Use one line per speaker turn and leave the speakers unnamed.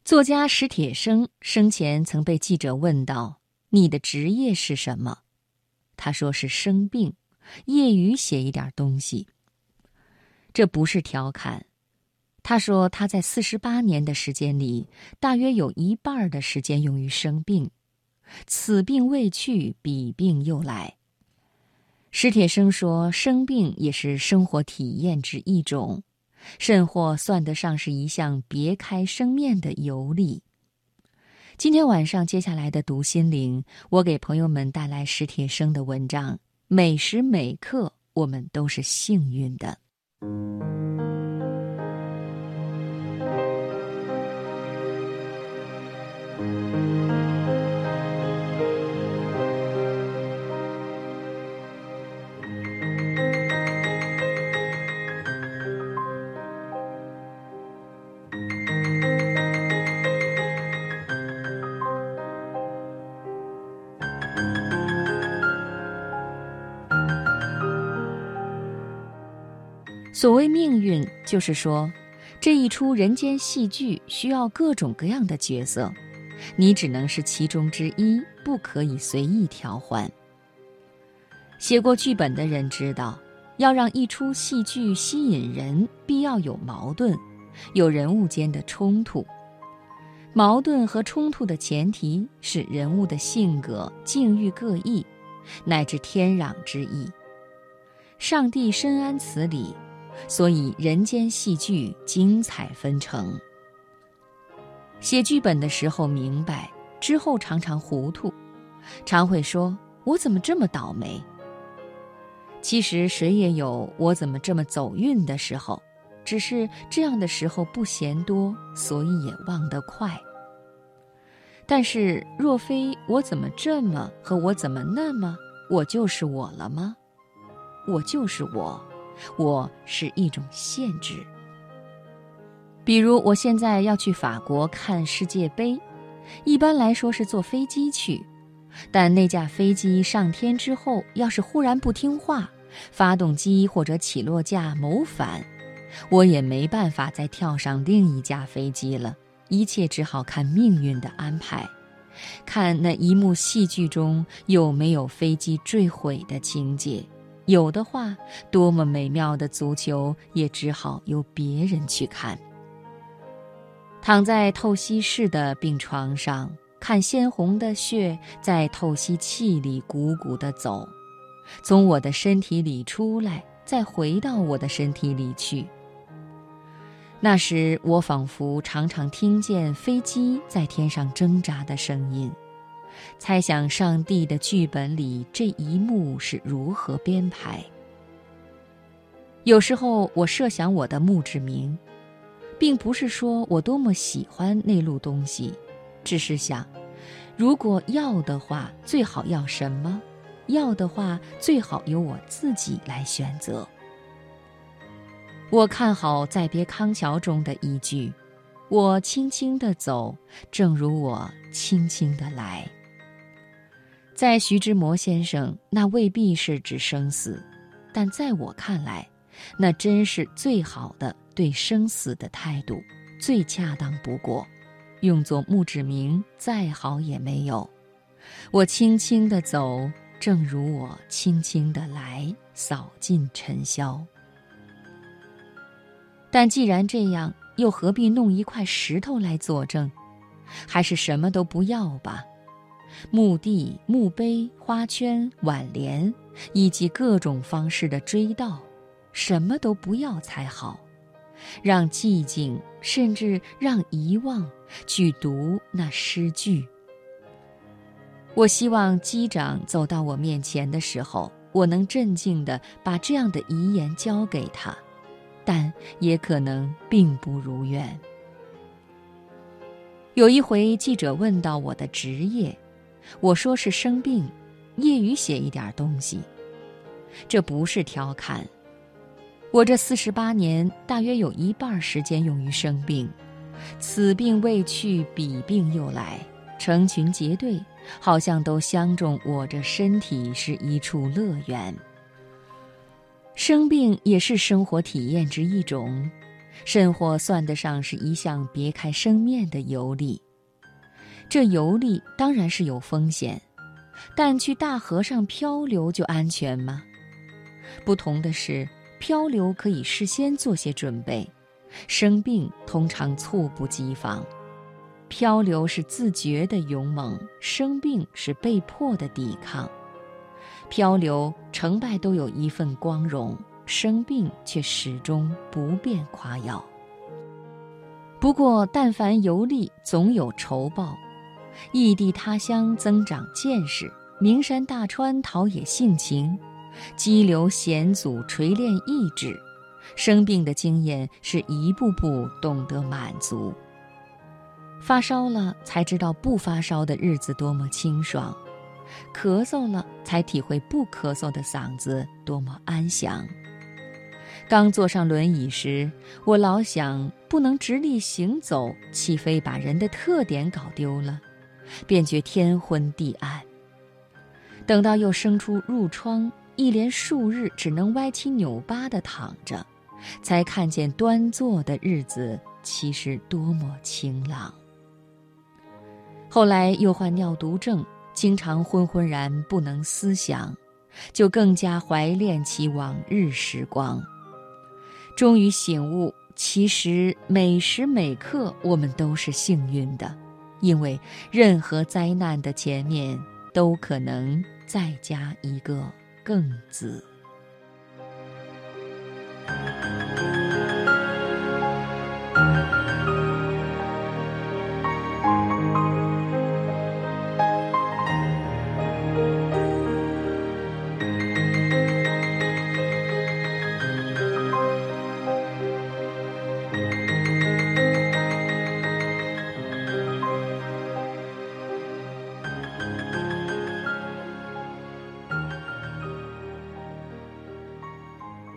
作家史铁生生前曾被记者问到：“你的职业是什么？”他说是生病，业余写一点东西。这不是调侃。他说他在48年的时间里，大约有一半的时间用于生病。此病未去，彼病又来。史铁生说，生病也是生活体验之一种，甚或算得上是一项别开生面的游历。今天晚上接下来的读心灵，我给朋友们带来史铁生的文章，每时每刻我们都是幸运的。所谓命运，就是说，这一出人间戏剧需要各种各样的角色，你只能是其中之一，不可以随意调换。写过剧本的人知道，要让一出戏剧吸引人，必要有矛盾，有人物间的冲突。矛盾和冲突的前提是人物的性格、境遇各异，乃至天壤之异。上帝深谙此理，所以人间戏剧精彩纷呈。写剧本的时候明白，之后常常糊涂，常会说我怎么这么倒霉。其实谁也有我怎么这么走运的时候，只是这样的时候不嫌多，所以也忘得快。但是若非我怎么这么和我怎么那么，我就是我了吗？我就是我，我是一种限制。比如我现在要去法国看世界杯，一般来说是坐飞机去，但那架飞机上天之后，要是忽然不听话，发动机或者起落架谋反，我也没办法再跳上另一架飞机了，一切只好看命运的安排，看那一幕戏剧中有没有飞机坠毁的情节。有的话，多么美妙的足球也只好由别人去看。躺在透析室的病床上，看鲜红的血在透析器里汩汩地走，从我的身体里出来，再回到我的身体里去。那时我仿佛常常听见飞机在天上挣扎的声音，猜想上帝的剧本里这一幕是如何编排。有时候我设想我的墓志铭，并不是说我多么喜欢那路东西，只是想，如果要的话，最好要什么？要的话，最好由我自己来选择。我看好《再别康桥》中的一句：我轻轻地走，正如我轻轻地来。在徐志摩先生，那未必是指生死，但在我看来，那真是最好的对生死的态度，最恰当不过，用作墓志铭再好也没有。我轻轻地走，正如我轻轻地来，扫尽尘嚣。但既然这样，又何必弄一块石头来作证？还是什么都不要吧。墓地、墓碑、花圈、挽联，以及各种方式的追悼，什么都不要才好。让寂静，甚至让遗忘，去读那诗句。我希望机长走到我面前的时候，我能镇静地把这样的遗言交给他，但也可能并不如愿。有一回记者问到我的职业，我说是生病，业余写一点东西。这不是调侃。我这48年大约有一半时间用于生病，此病未去，彼病又来，成群结队，好像都相中我这身体是一处乐园。生病也是生活体验之一种， 甚或算得上是一项别开生面的游历。这游历当然是有风险，但去大河上漂流就安全吗？不同的是，漂流可以事先做些准备，生病通常猝不及防。漂流是自觉的勇猛，生病是被迫的抵抗。漂流成败都有一份光荣，生病却始终不便夸耀。不过但凡游历，总有酬报。异地他乡增长见识，名山大川陶冶性情，激流险阻锤炼意志。生病的经验是一步步懂得满足。发烧了才知道不发烧的日子多么清爽，咳嗽了才体会不咳嗽的嗓子多么安详。刚坐上轮椅时，我老想，不能直立行走，岂非把人的特点搞丢了？便觉天昏地暗。等到又生出褥疮，一连数日只能歪七扭八地躺着，才看见端坐的日子其实多么清朗。后来又患尿毒症，经常昏昏然不能思想，就更加怀恋起往日时光。终于醒悟，其实每时每刻我们都是幸运的，因为任何灾难的前面都可能再加一个更字。